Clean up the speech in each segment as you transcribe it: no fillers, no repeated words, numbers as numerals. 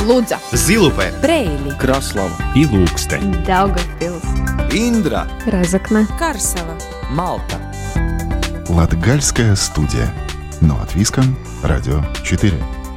Лудза, Зилупе, Бреили, Краслава и Лукстен, Даугавпилс, Индра, Разокна, Карсела, Малта. Латгальская студия. Но от Виском, Радио 4.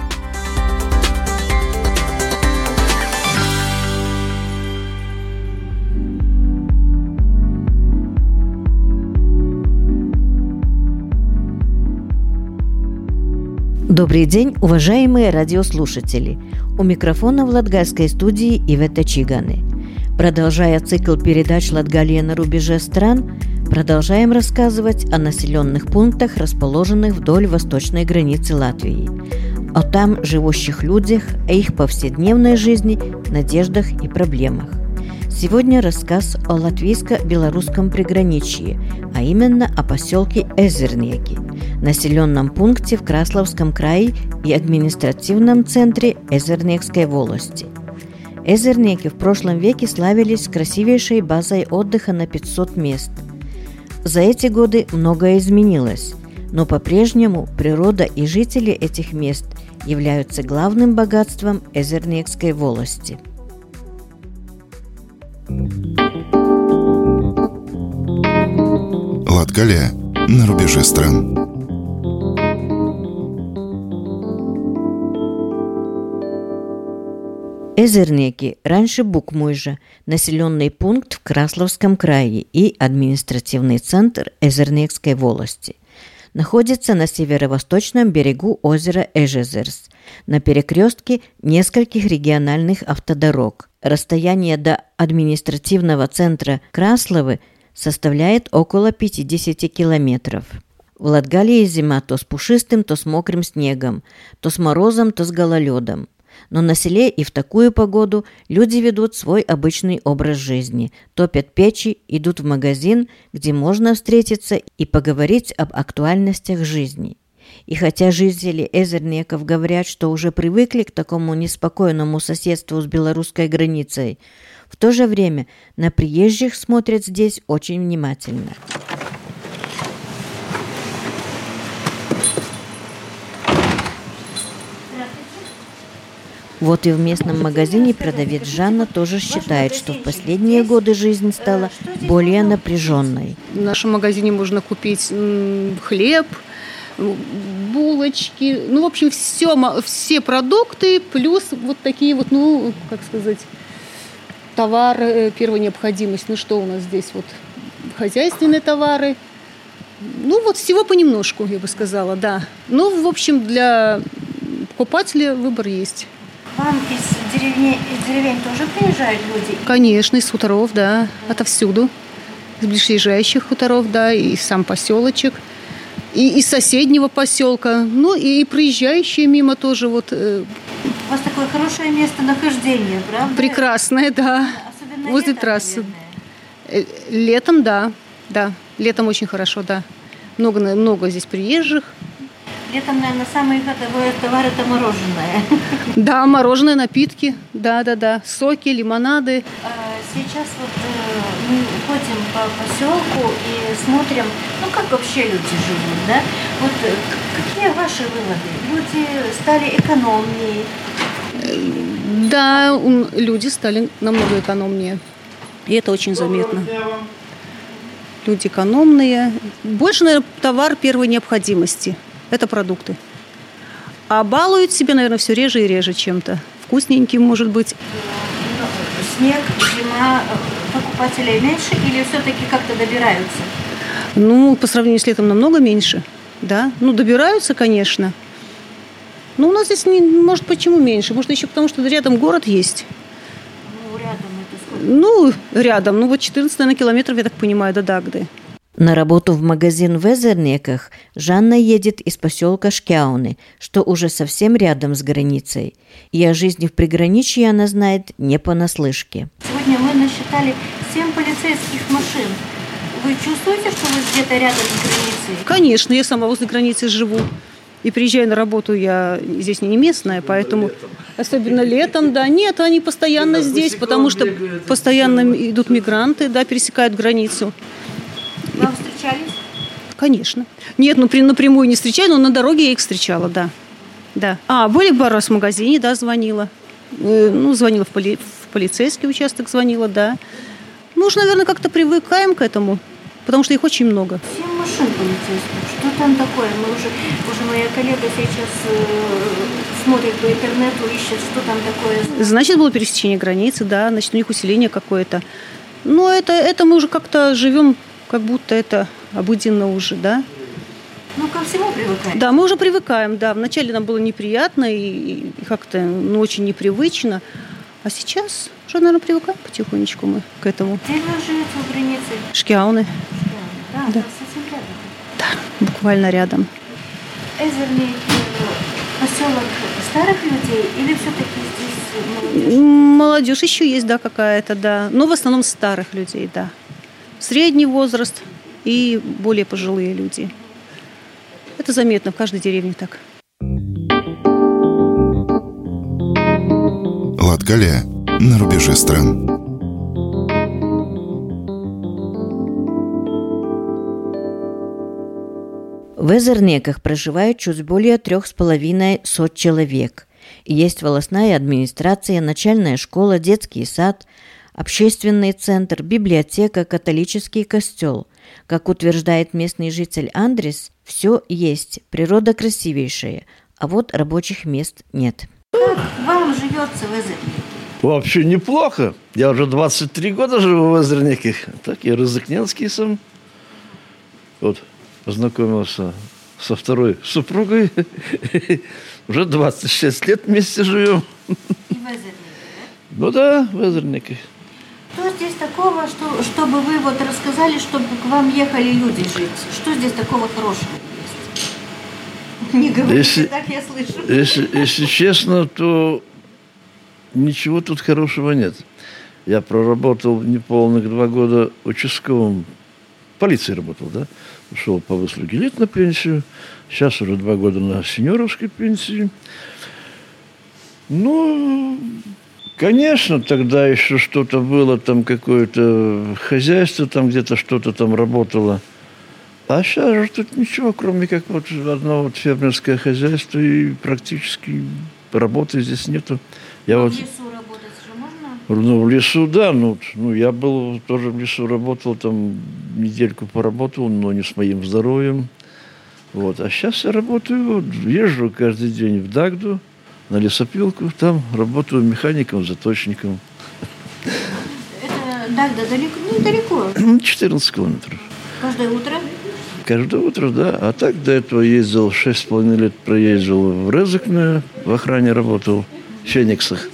Добрый день, уважаемые радиослушатели! У микрофона в Латгальской студии Ивета Чиганы. Продолжая цикл передач «Латгалия на рубеже стран», продолжаем рассказывать о населенных пунктах, расположенных вдоль восточной границы Латвии, о там живущих людях, о их повседневной жизни, надеждах и проблемах. Сегодня рассказ о латвийско-белорусском приграничье, а именно о поселке Эзернеки, населенном пункте в Краславском крае и административном центре Эзернекской волости. Эзернеки в прошлом веке славились красивейшей базой отдыха на 500 мест. За эти годы многое изменилось, но по-прежнему природа и жители этих мест являются главным богатством Эзернекской волости. Латгалия на рубеже стран. Эзернеки, раньше Букмуйжа, населенный пункт в Краславском крае и административный центр Эзернекской волости. Находится на северо-восточном берегу озера Эжезерс, на перекрестке нескольких региональных автодорог. Расстояние до административного центра Краславы составляет около 50 километров. В Латгалии зима то с пушистым, то с мокрым снегом, то с морозом, то с гололедом. Но на селе и в такую погоду люди ведут свой обычный образ жизни, топят печи, идут в магазин, где можно встретиться и поговорить об актуальностях жизни. И хотя жители Эзернеков говорят, что уже привыкли к такому неспокойному соседству с белорусской границей, в то же время на приезжих смотрят здесь очень внимательно. Вот и в местном магазине продавец Жанна тоже считает, что в последние годы жизнь стала более напряженной. В нашем магазине можно купить хлеб, булочки, в общем, все продукты, плюс вот такие вот, товары первой необходимости. Что у нас здесь? Вот хозяйственные товары. Всего понемножку, я бы сказала, да. В общем, для покупателя выбор есть. Вам из деревень тоже приезжают люди? Конечно, из хуторов, да, отовсюду. Из ближайших хуторов, да, и сам поселочек, и из соседнего поселка, и проезжающие мимо тоже. Вот. У вас такое хорошее местонахождение, правда? Прекрасное, да. Особенно возле летом, трассы. наверное. Летом, да. Летом очень хорошо, да. Много здесь приезжих. Летом, наверное, самый ходовой товар – это мороженое. Да, мороженое, напитки, да. Соки, лимонады. Сейчас мы ходим по поселку и смотрим, как вообще люди живут, да? Какие ваши выводы? Люди стали экономнее? Да, люди стали намного экономнее. И это очень заметно. Люди экономные. Больше, наверное, товар первой необходимости. Это продукты. А балуют себя, наверное, все реже и реже чем-то. Вкусненьким, может быть. Снег, зима, покупателей меньше или все-таки как-то добираются? По сравнению с летом намного меньше. Да. Добираются, конечно. Но у нас здесь, может, почему меньше? Может, еще потому, что рядом город есть. Рядом это сколько? Рядом. 14, наверное, километров, я так понимаю, до Дагды. На работу в магазин в Эзернеках Жанна едет из поселка Шкяуны, что уже совсем рядом с границей. И о жизни в приграничье она знает не понаслышке. Сегодня мы насчитали 7 полицейских машин. Вы чувствуете, что вы где-то рядом с границей? Конечно, я сама возле границы живу. И приезжаю на работу, я здесь не местная, поэтому особенно летом, да. Нет, они постоянно здесь, потому что постоянно идут мигранты, да, пересекают границу. Вам встречались? Конечно. Нет, напрямую не встречаю, но на дороге я их встречала, да. Да. Были пару раз в магазине, да, звонила. Звонила в полицейский участок, звонила, да. Мы уже, наверное, как-то привыкаем к этому, потому что их очень много. 7 машин полицейских. Что там такое? Уже моя коллега сейчас смотрит по интернету, ищет, что там такое. Значит, было пересечение границы, да, значит, у них усиление какое-то. Но это мы уже как-то живем, как будто это обыденно уже, да. Ко всему привыкаем. Да, мы уже привыкаем, да. Вначале нам было неприятно и как-то очень непривычно. А сейчас уже, наверное, привыкаем потихонечку мы к этому. Где вы живете в границе? Шкиауны. Да, совсем рядом. Да, буквально рядом. Эзернейки поселок старых людей или все-таки здесь молодежь? Молодежь еще есть, да, какая-то, да. Но в основном старых людей, да. Средний возраст и более пожилые люди. Это заметно в каждой деревне так. Латгалия на рубеже стран. В Эзернеках проживают чуть более 3,5 человек. И есть волостная администрация, начальная школа, детский сад, общественный центр, библиотека, католический костел. Как утверждает местный житель Андрес, все есть, природа красивейшая, а вот рабочих мест нет. Как вам живется в Эзернеке? Вообще неплохо. Я уже 23 года живу в Эзернеках. Так, я рызыкненский сам. Вот, познакомился со второй супругой. Уже 26 лет вместе живем. И в Эзернеке, да? Ну да, в Эзернеках. Что здесь такого, чтобы вы рассказали, чтобы к вам ехали люди жить? Что здесь такого хорошего есть? Не говорите, так я слышу. Если честно, то ничего тут хорошего нет. Я проработал неполных 2 года участковым. В полиции работал, да? Ушел по выслуге лет на пенсию. Сейчас уже 2 года на сеньоровской пенсии. Конечно, тогда еще что-то было, там какое-то хозяйство, там где-то что-то там работало. А сейчас же тут ничего, кроме как одно фермерское хозяйство, и практически работы здесь нету. В лесу работать же можно? В лесу, да. Я был тоже в лесу, работал, там недельку поработал, но не с моим здоровьем. А сейчас я работаю, езжу каждый день в Дагду, на лесопилку, там работаю механиком, заточником. Это Дагда далеко? Недалеко. 14 километров. Каждое утро? Каждое утро, да. А так до этого ездил, 6,5 лет проездил в Резекне, в охране работал, в Фениксах.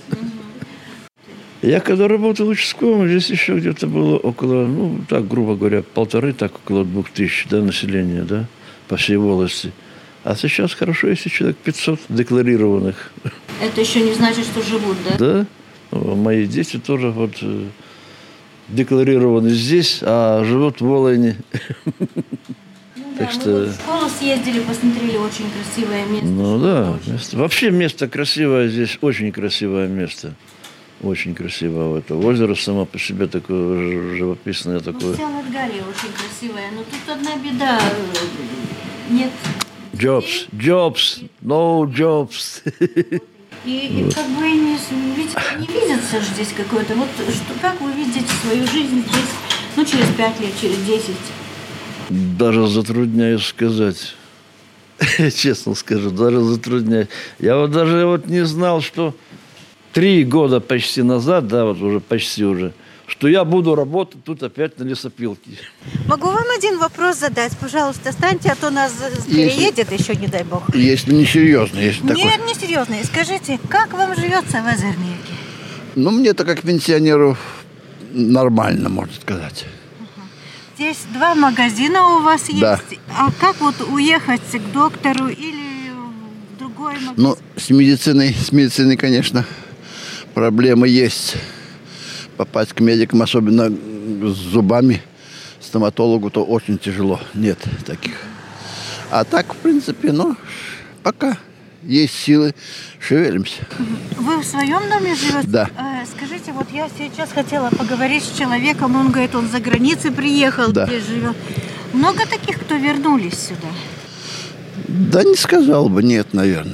Я когда работал участковым, здесь еще где-то было около, грубо говоря, 1,5, так около 2000, да, населения, да, по всей волости. А сейчас хорошо, если человек 500 декларированных. Это еще не значит, что живут, да? Да. Мои дети тоже декларированы здесь, а живут в Волыне. Так что... в школу съездили, посмотрели, очень красивое место. Вообще место красивое здесь, очень красивое место. Очень красиво. Это озеро само по себе такое живописное. Вся Латгалия очень красивая, но тут одна беда. Нет... Jobs, no jobs. И как бы не видится же здесь какое-то. Как вы видите свою жизнь здесь, через 5 лет, через 10? Даже затрудняюсь сказать. Честно скажу, даже затрудняюсь. Я даже не знал, что 3 года почти назад, уже почти уже, что я буду работать тут опять на лесопилке. Могу вам один вопрос задать? Пожалуйста, встаньте, а то нас переедет еще, не дай бог. Если не серьезно, Нет, не серьезно. Скажите, как вам живется в Эзернеке? Мне-то как пенсионеру нормально, можно сказать. Здесь 2 магазина у вас есть. Да. А как уехать к доктору или в другой магазин? С медициной, конечно, проблемы есть. Попасть к медикам, особенно с зубами, стоматологу, то очень тяжело. Нет таких. А так, в принципе, пока есть силы, шевелимся. Вы в своем доме живете? Да. Скажите, я сейчас хотела поговорить с человеком, он говорит, он за границей приехал, да. Здесь живет. Много таких, кто вернулись сюда? Да не сказал бы, нет, наверное.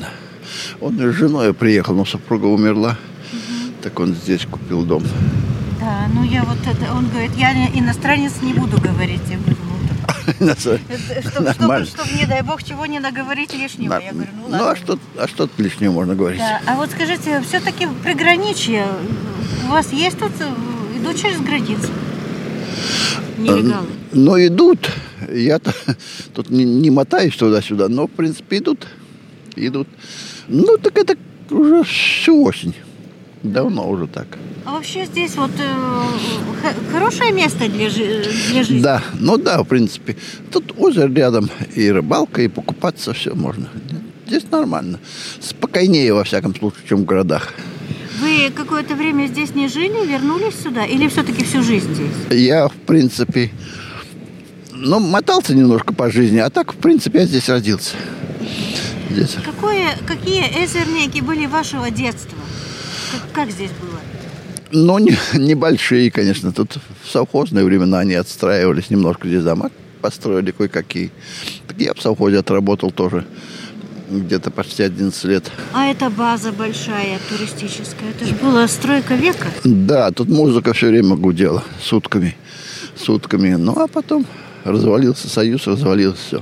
Он с женой приехал, но супруга умерла. Так он здесь купил дом. Да, ну я вот это, он говорит, я иностранец не буду говорить. Я говорю, Нормально. чтобы, не дай бог, чего не наговорить лишнего. Я говорю, ну ладно. А что тут лишнего можно говорить? Да. А вот скажите, все-таки приграничье, у вас есть тут, идут через границу? Нелегалы? Но идут. Я-то тут не мотаюсь туда-сюда, но, в принципе, идут. Ну, так это уже всю осень. Давно уже так. А вообще здесь вот хорошее место для жизни? Да, в принципе. Тут озеро рядом, и рыбалка, и покупаться, все можно. Здесь нормально. Спокойнее, во всяком случае, чем в городах. Вы какое-то время здесь не жили, вернулись сюда? Или все-таки всю жизнь здесь? Я, в принципе, мотался немножко по жизни, а так, в принципе, я здесь родился. Здесь. Какие эзернеки были вашего детства? Как здесь было? Небольшие, конечно. Тут в совхозные времена они отстраивались. Немножко здесь дома построили кое-какие. Так я в совхозе отработал тоже где-то почти 11 лет. А это база большая, туристическая. Это же была стройка века. Да, тут музыка все время гудела сутками. Ну, а потом развалился Союз, развалилось все.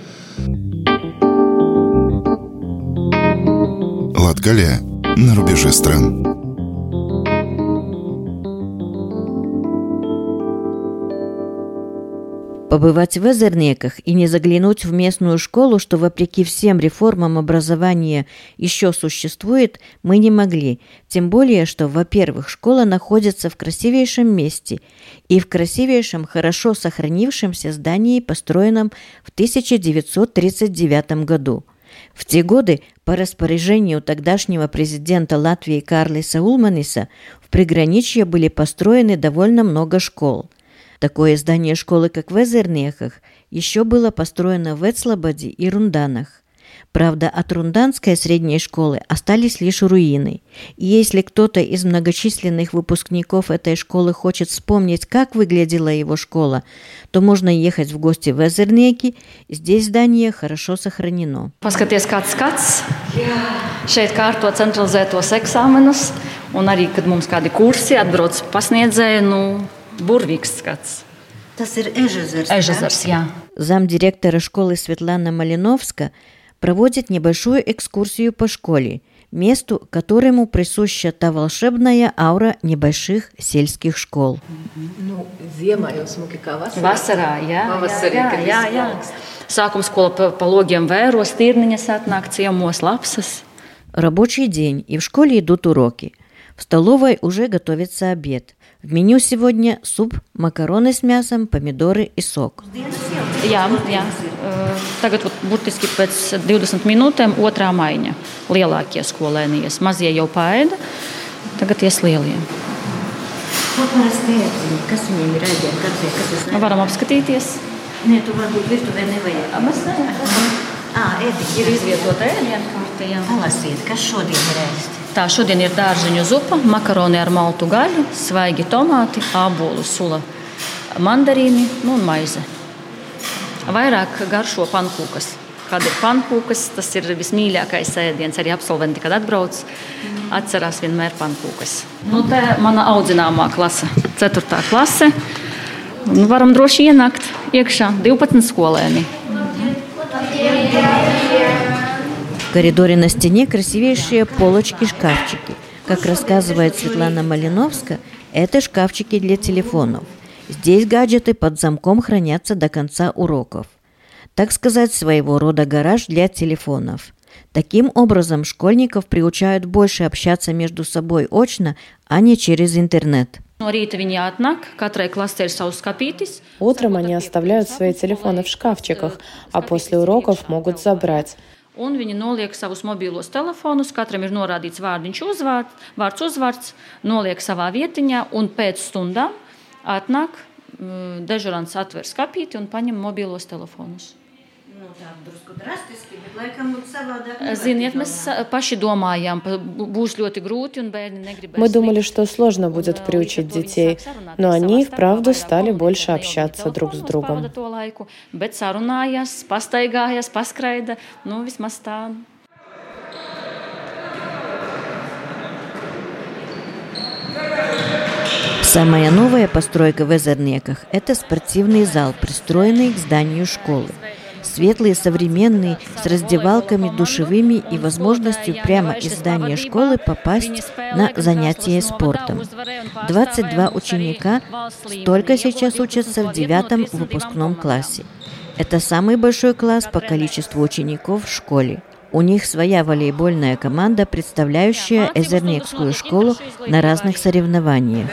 Латгалия на рубеже стран. Побывать в Эзернеках и не заглянуть в местную школу, что вопреки всем реформам образования еще существует, мы не могли. Тем более, что, во-первых, школа находится в красивейшем месте и в красивейшем, хорошо сохранившемся здании, построенном в 1939 году. В те годы, по распоряжению тогдашнего президента Латвии Карлиса Улманиса, в приграничье были построены довольно много школ. Такое здание школы, как в Эзернеках, еще было построено в Эцлабаде и Рунданах. Правда, от Рунданской средней школы остались лишь руины. И если кто-то из многочисленных выпускников этой школы хочет вспомнить, как выглядела его школа, то можно ехать в гости в Эзернеки. Здесь здание хорошо сохранено. Paskaties, kāds skats. Šeit kārto centralizētos eksāmenus, un arī, kad mums kādi kursi atbrauc pasniedzēji, burvīgs skats. Tas ir Ežezers, Ežezers, jā. Замдиректора школы Светлана Малиновска проводит небольшую экскурсию по школе, месту, которому присуща та волшебная аура небольших сельских школ. Ziemā jau smuki kā vasarā. Vasarā, jā. Pavasarī, Jā. Sākuma skola pa logiem vēro, stirniņas atnāk ciemos, lapsas. Рабочий день, и в школе идут уроки. В столовой уже готовится обед. В меню сегодня суп, макароны с мясом, помидоры и сок. Jā. Tagad burtiski pēc 20 minūtēm otrā maiņa. Lielākie skolēni ies. Mazie jau paēda, tagad ies lielie. Ko parasti ēd? Kas viņiem ir ēdieni? Kas Varam apskatīties. Nē, tu varbūt virtuvē nevajag. Mēs ēdiņi. ir izvietota ēdienkārte. Palasīt, kas šodien ir ēst? Tā, šodien ir dārzeņu zupa, makaroni ar maltu gaļu, svaigi tomāti, ābolu sula, mandarīni un maize. Vairāk garšo pankūkas. Kad ir pankūkas, tas ir vismīļākais ēdiens. Arī absolventi, kad atbrauc, atcerās vienmēr pankūkas. Te mana audzināmā klase, 4. klase. Varam droši ienākt iekšā 12 skolēni. В коридоре на стене красивейшие полочки-шкафчики. Как рассказывает Светлана Малиновска, это шкафчики для телефонов. Здесь гаджеты под замком хранятся до конца уроков. Так сказать, своего рода гараж для телефонов. Таким образом, школьников приучают больше общаться между собой очно, а не через интернет. Утром они оставляют свои телефоны в шкафчиках, а после уроков могут забрать. Un viņi noliek savus mobilos telefonus, katram ir norādīts vārds uzvārds, noliek savā vietiņā, un pēc stundām atnāk dežurants atver skapīti un paņem mobilos telefonus. Ziniet, mēs paši domājām, būs ļoti grūti, un bērni negribēs. Мы думали, что сложно будет приучить детей, но они, вправду, стали больше общаться друг с другом. Bet sarunājās, pastaigājās, paskraida, vismaz tā. Самая новая постройка в Эзернеках – это спортивный зал, пристроенный к зданию школы. Светлый, современный, с раздевалками, душевыми и возможностью прямо из здания школы попасть на занятия спортом. 22 ученика только сейчас учатся в 9 выпускном классе. Это самый большой класс по количеству учеников в школе. У них своя волейбольная команда, представляющая Эзернекскую школу на разных соревнованиях.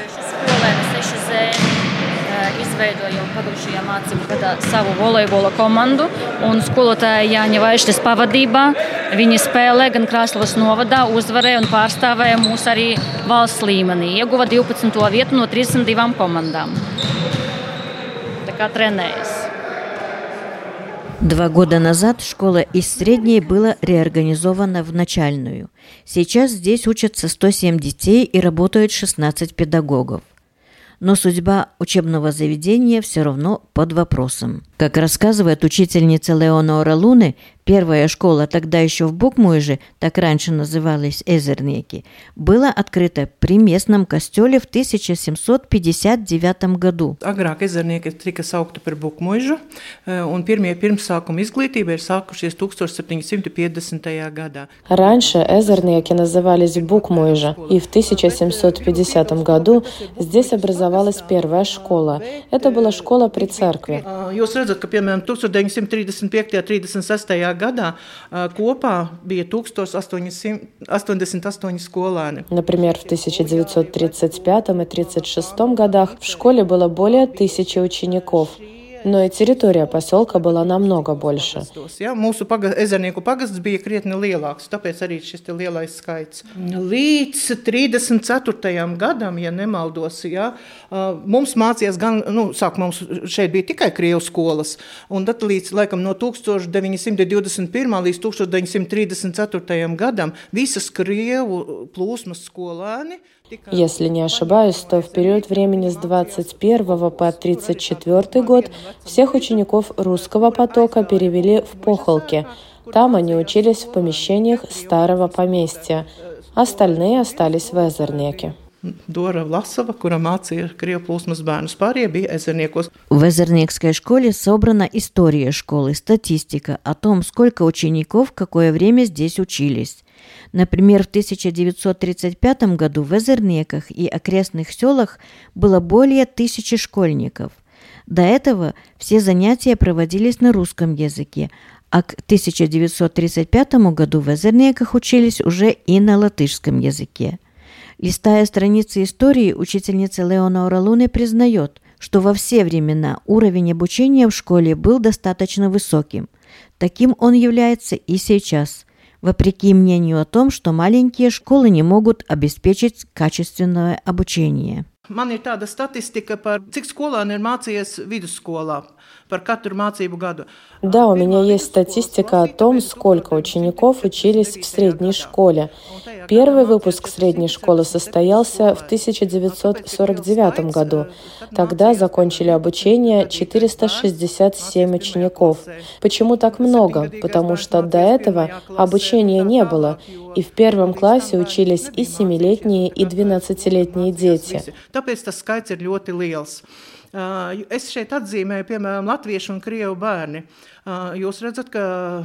Izveidojam pagājušajā mācību gadā savu volejbola komandu, un skolotāja Jāņa Vaišļas pavadībā viņi spēlē gan Krāslavas novadā, uzvarēja un pārstāvēja mūs arī valsts līmenī. Ieguva 12. vietu no 32 komandām. Tā kā trenējas. 2 года назад школа из средней была реорганизована в начальную. Сейчас здесь учатся 107 детей и работают 16 педагогов. Но судьба учебного заведения все равно под вопросом. Как рассказывает учительница Леонора Луне, первая школа, тогда еще в Букмуйже, так раньше называлась Эзернеки, была открыта при местном костеле в 1759 году. Agrāk Ezernieki tika saukta par Bukmuižu, un pirmie pirmsākuma izglītība ir sākušies 1750. гоdā. Раньше Эзернеки назывались Букмуйжа, и в 1750 году здесь образовалась первая школа. Это была школа при церкви. Jūs redzat, ka, piemēram, 1935. 36. gadā kopā bija 1888 skolēni. Например, в 1935 и 1936 годах в школе было более 1000 учеников. Но и территория поселка была намного больше. Mūsu Ezernieku pagasts bija krietni lielāks, tāpēc arī šis lielais skaits. Līdz 34. gadam, ja nemaldos, mums mācījās gan, sākumā mums šeit bija tikai krievu skolas, un tad līdz, laikam, no 1921. līdz 1934. gadam visas krievu plūsmas skolēni. Если не ошибаюсь, то в период времени с 21 по 34 год всех учеников русского потока перевели в Похолки. Там они учились в помещениях старого поместья. Остальные остались в Эзернеке. Dora Vlasova, kura mācīja krievu plūsmas bērnus, pārējie bija Эзернекos. В Эзернекской школе собрана история школы, статистика о том, сколько учеников в какое время здесь учились. Например, в 1935 году в Эзернеках и окрестных селах было более 1000 школьников. До этого все занятия проводились на русском языке, а к 1935 году в Эзернеках учились уже и на латышском языке. Листая страницы истории, учительница Леонора Луне признает, что во все времена уровень обучения в школе был достаточно высоким. Таким он является и сейчас, вопреки мнению о том, что маленькие школы не могут обеспечить качественное обучение. Man ir tāda statistika par cik skolēni ir mācījies vidusskolā par katru mācību gadu. Да, у меня есть статистика о том, сколько учеников учились в средней школе. Первый выпуск средней школы состоялся в 1949 году. Тогда закончили обучение 467 учеников. Почему так много? Потому что до этого обучения не было, и в первом классе учились и 7-летние, и 12-летние дети. Tāpēc tas skaits ir ļoti liels. Es šeit atzīmēju, piemēram, latviešu un krievu bērni. Jūs redzat, ka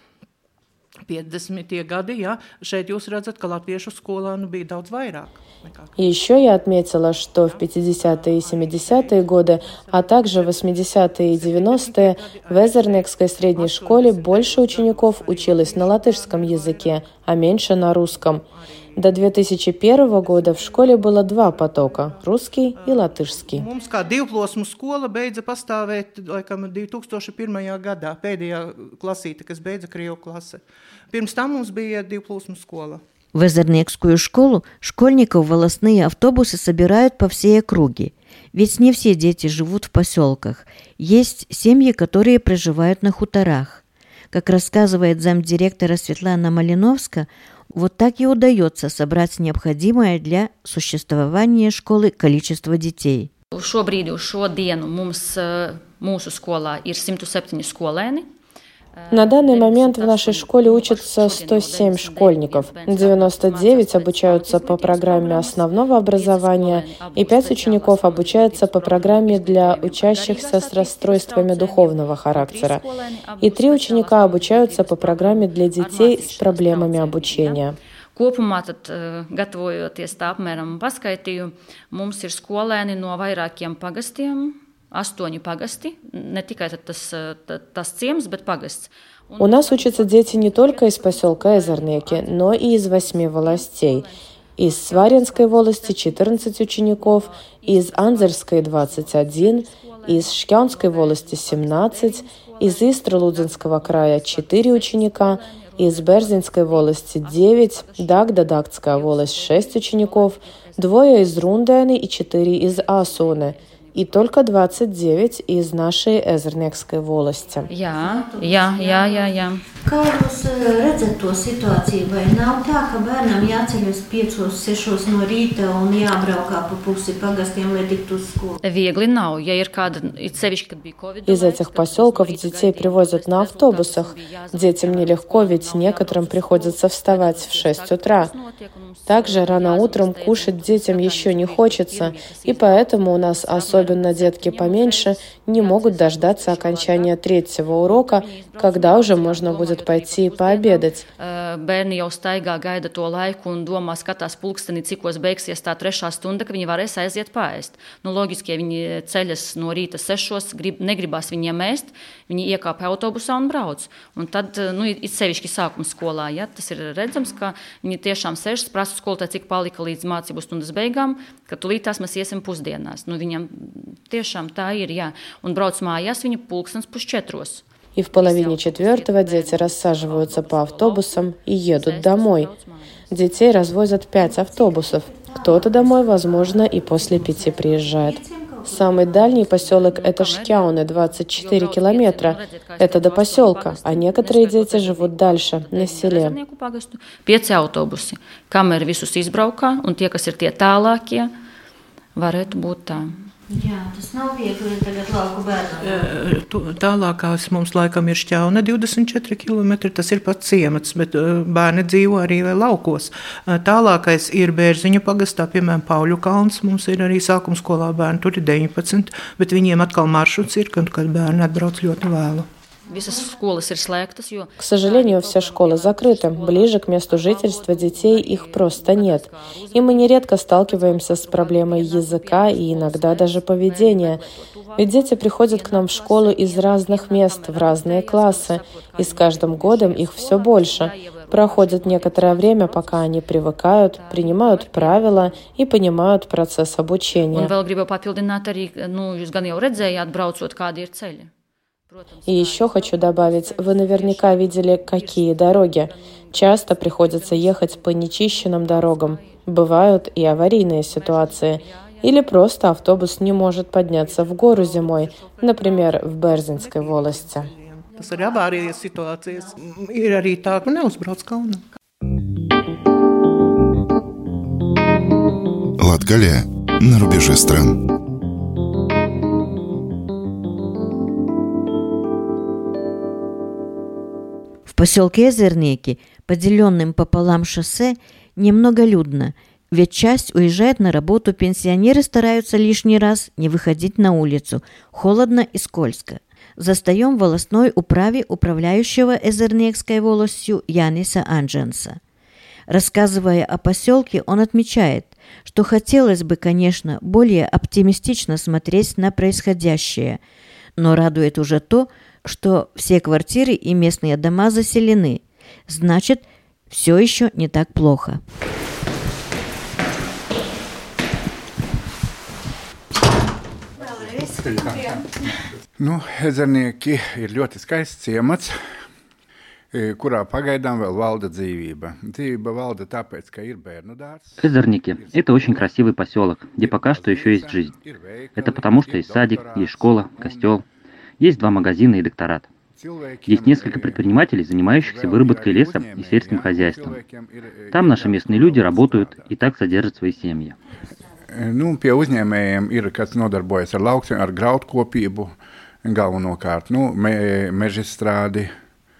50. gadi, šeit jūs redzat, ka latviešu skolānu bija daudz vairāk. И еще я отметила, что в 50-е и 70-е годы, а также в 80-е и 90-е в Эзернекской средней школе больше учеников училось на латышском языке, а меньше на русском. До 2001 года в школе было 2 потока – русский и латышский. Mums kā divplosmu skola beidza pastāvēt, laikam, 2001. gadā, pēdējā klasīte, kas beidza krievu klase. Pirms tam mums bija divplosmu skola. В Эзернекскую школу школьников волостные автобусы собирают по всей округе. Ведь не все дети живут в поселках. Есть семьи, которые проживают на хуторах. Как рассказывает замдиректора Светлана Малиновска, вот так и удается собрать необходимое для существования школы количество детей. Šobrīd uz šo dienu mums mūsu skolā ir 107 skolēni. На данный момент в нашей школе учатся 107 школьников. 99 обучаются по программе основного образования, и 5 учеников обучаются по программе для учащихся с расстройствами духовного характера. И 3 ученика обучаются по программе для детей с проблемами обучения. Kopumā, gatavojoties tā apmēram paskaitīju, mums ir skolēni no vairākiem pagastiem, 8 pagasti, не tikai tas ciems, bet пагаsts. У нас учатся дети не только из поселка Эзернеки, но и из 8 волостей. Из Сваринской волости 14 учеников, из Анзерской 21, из Шкянской волости 17, из Истры-Лудзинского края 4 ученика, из Берзинской волости 9, Дагдадактская волость 6 учеников, 2 из Рундены и 4 из Асуны, и только 29 из нашей Эзернекской волости. Jā. Kā jūs redzat to situāciju? Vai nav tā, ka bērnam jāceļas 5-6 no rīta un jābraukā pa pusi pagastiem, lai tiktu uz skolu? Viegli nav, ja ir kāda, sevišķi, kad bija Covid. Из этих поселков детей привозят на автобусах. Детям нелегко, ведь некоторым приходится вставать в 6 утра. Также рано утром кушать детям еще не хочется, и поэтому у нас, особенно детки поменьше, не могут дождаться окончания 3-го урока, когда уже можно будет пойти и пообедать. Bērni jau staigā, gaida to laiku un domā, skatās pulksteni, cikos beigsies tā 3. stunda, ka viņi varēs aiziet paēst. Loģiski, ja viņi ceļas no rīta 6, negribās viņiem ēst, viņi iekāpa autobusā un brauc. Un tad, ir sevišķi sākuma skolā, ja, tas ir redzams, ka viņi tiešām sēžas, prasa skolotāji, cik palika līdz mācību stundas beigām, ka tulītās mēs iesim pusdienās. Viņam tiešām tā ir, jā. Un brauc mājās viņi pulkstens 3:00. И в половине 4 дети рассаживаются по автобусам и едут домой. Детей развозят 5 автобусов. Кто-то домой, возможно, и после 5 приезжает. Самый дальний поселок – это Шкяуны, 24 километра. Это до поселка, а некоторые дети живут дальше, на селе. 5 autobusi, kamēr visus izbraukā, un tie, kas ir tie tālākie, varētu būt tā. Jā, tas nav viegli tagad lauku bērnam. Tālākās mums laikam ir Šķauna 24 km, tas ir pats ciemats, bet bērni dzīvo arī laukos. Tālākais ir Bērziņu pagastā, piemēram, Pauļu kalns, mums ir arī sākuma skolā bērni, tur ir 19, bet viņiem atkal maršruts ir, kad bērni atbrauc ļoti vēlu. К сожалению, все школы закрыты. Ближе к месту жительства детей их просто нет. И мы нередко сталкиваемся с проблемой языка и иногда даже поведения. Ведь дети приходят к нам в школу из разных мест, в разные классы, и с каждым годом их все больше. Проходит некоторое время, пока они привыкают, принимают правила и понимают процесс обучения. И еще хочу добавить, вы наверняка видели, какие дороги. Часто приходится ехать по нечищенным дорогам. Бывают и аварийные ситуации. Или просто автобус не может подняться в гору зимой, например, в Берзинской волости. Tas ir avārijas situācijas. Ir arī tā, ka neuzbrauc kalnā. Латгалия на рубеже стран. В поселке Эзернеки, поделенным пополам шоссе, немноголюдно, ведь часть уезжает на работу, пенсионеры стараются лишний раз не выходить на улицу, холодно и скользко. Застаем в волостной управе управляющего Эзернекской волостью Яниса Андженса. Рассказывая о поселке, он отмечает, что хотелось бы, конечно, более оптимистично смотреть на происходящее, но радует уже то, что все квартиры и местные дома заселены. Значит, все еще не так плохо. Ezernieki ir ļoti skaists ciemats, kurā pagaidām vēl valda dzīvība. Dzīvība valda tāpēc, ka ir bērnu dārzs. Эзерники – это очень красивый поселок, где пока что еще есть жизнь. Это потому, что есть садик, есть школа, костел, есть 2 магазина и докторат. Есть несколько предпринимателей, занимающихся выработкой леса и сельским хозяйством. Там наши местные люди работают и так содержат свои семьи. Pie uzņēmējiem ir, kas nodarbojas ar graudkopību, galvenokārt mežstrādi,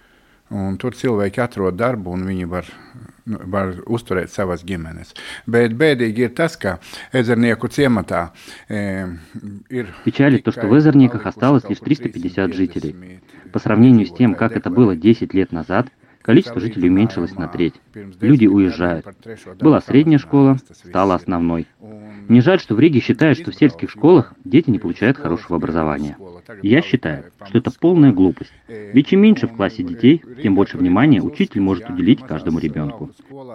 Un tur cilvēki atrod darbu, un viņi var uzturēt savas ģimenes. Bet bēdīgi ir tas, ka Ezernieku ciematā ir... Печалит то, что в Эзерниках осталось лишь 350 жителей. По сравнению с тем, как это было 10 лет назад, количество жителей уменьшилось на треть. Люди уезжают. Была средняя школа, стала основной. Мне жаль, что в Риге считают, что в сельских школах дети не получают хорошего образования. И я считаю, что это полная глупость. Ведь чем меньше в классе детей, тем больше внимания учитель может уделить каждому ребенку.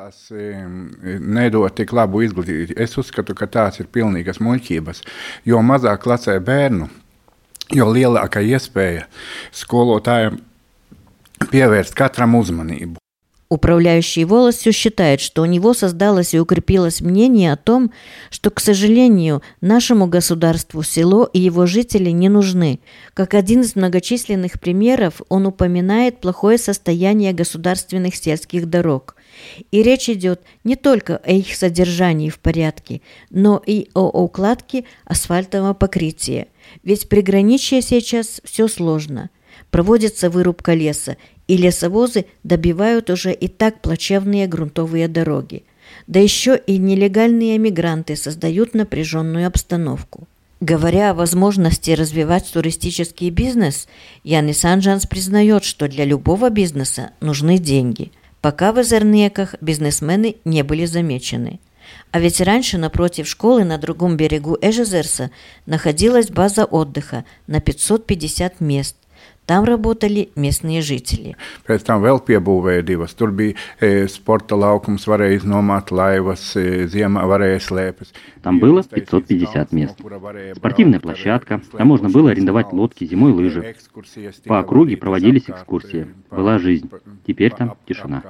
Nedod tik labu izglītību. Es uzskatu, ka tās ir pilnīgas muļķības, jo mazāk klasē bērnu, jo lielāka iespēja skolotājiem pievērst katram uzmanību. Управляющий волостью считает, что у него создалось и укрепилось мнение о том, что, к сожалению, нашему государству село и его жители не нужны. Как один из многочисленных примеров, он упоминает плохое состояние государственных сельских дорог. И речь идет не только о их содержании в порядке, но и о укладке асфальтового покрытия. Ведь в приграничье сейчас все сложно. Проводится вырубка леса, и лесовозы добивают уже и так плачевные грунтовые дороги. Да еще и нелегальные мигранты создают напряженную обстановку. Говоря о возможности развивать туристический бизнес, Янис Анджанс признает, что для любого бизнеса нужны деньги. Пока в Эзернеках бизнесмены не были замечены. А ведь раньше напротив школы на другом берегу Эжезерса находилась база отдыха на 550 мест. Там работали местные жители. Pēc tam vēl piebūvēja divas. Tur bija sporta laukums, varēja iznomāt laivas, ziemā varēja slēpes. Там было 550 мест. Спортивная площадка, там можно было арендовать лодки, зимой лыжи. По округе проводились экскурсии. Была жизнь. Теперь там тишина.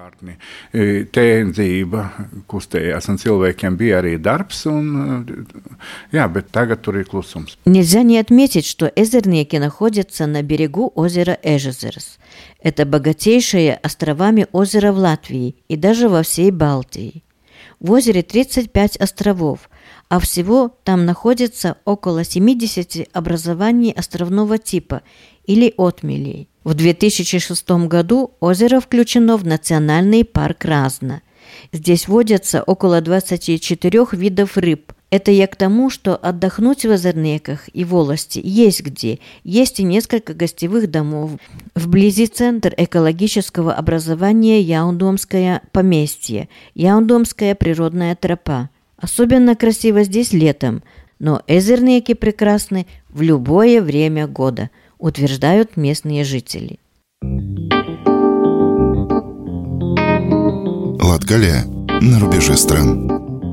Dzīve kustējās, un cilvēkiem bija arī darbs, bet tagad tur ir klusums. Нельзя не отметить, что Эзернеки находятся на берегу озера Эжезерс. Это богатейшее островами озеро в Латвии и даже во всей Балтии. В озере 35 островов, а всего там находится около 70 образований островного типа или отмелей. В 2006 году озеро включено в национальный парк Разна. Здесь водятся около 24 видов рыб. Это я к тому, что отдохнуть в Эзернеках и волости есть где. Есть и несколько гостевых домов. Вблизи центр экологического образования Яундомское поместье, Яундомская природная тропа. Особенно красиво здесь летом, но Эзернеки прекрасны в любое время года, утверждают местные жители. Латгалия на рубеже стран.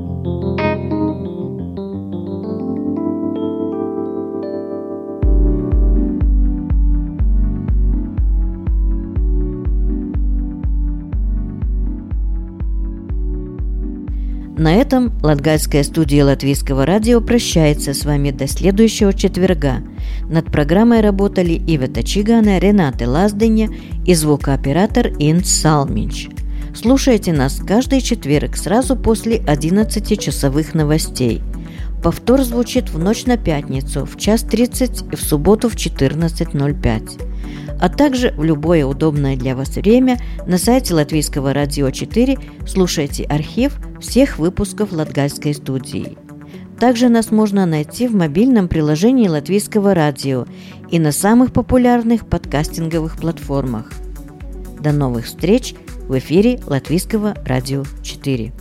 На этом Латгальская студия Латвийского радио прощается с вами до следующего четверга. Над программой работали Ивета Чигана, Рената Лазденя и звукооператор Инс Салминч. Слушайте нас каждый четверг сразу после 11-часовых новостей. Повтор звучит в ночь на пятницу в 1:30 и в субботу в 14:05. А также в любое удобное для вас время на сайте Латвийского радио 4 слушайте архив всех выпусков Латгальской студии. Также нас можно найти в мобильном приложении Латвийского радио и на самых популярных подкастинговых платформах. До новых встреч в эфире Латвийского радио 4.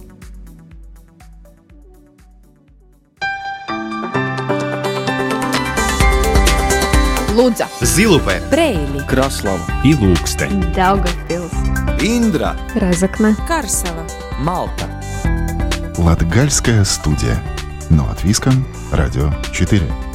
Лудза, Zilupē, Preili, Kraslava, Ilūksteņa, Daugavpils, Индра, Разокна, Карсела, Малта. Латгальская студия. На Латвийском радио 4.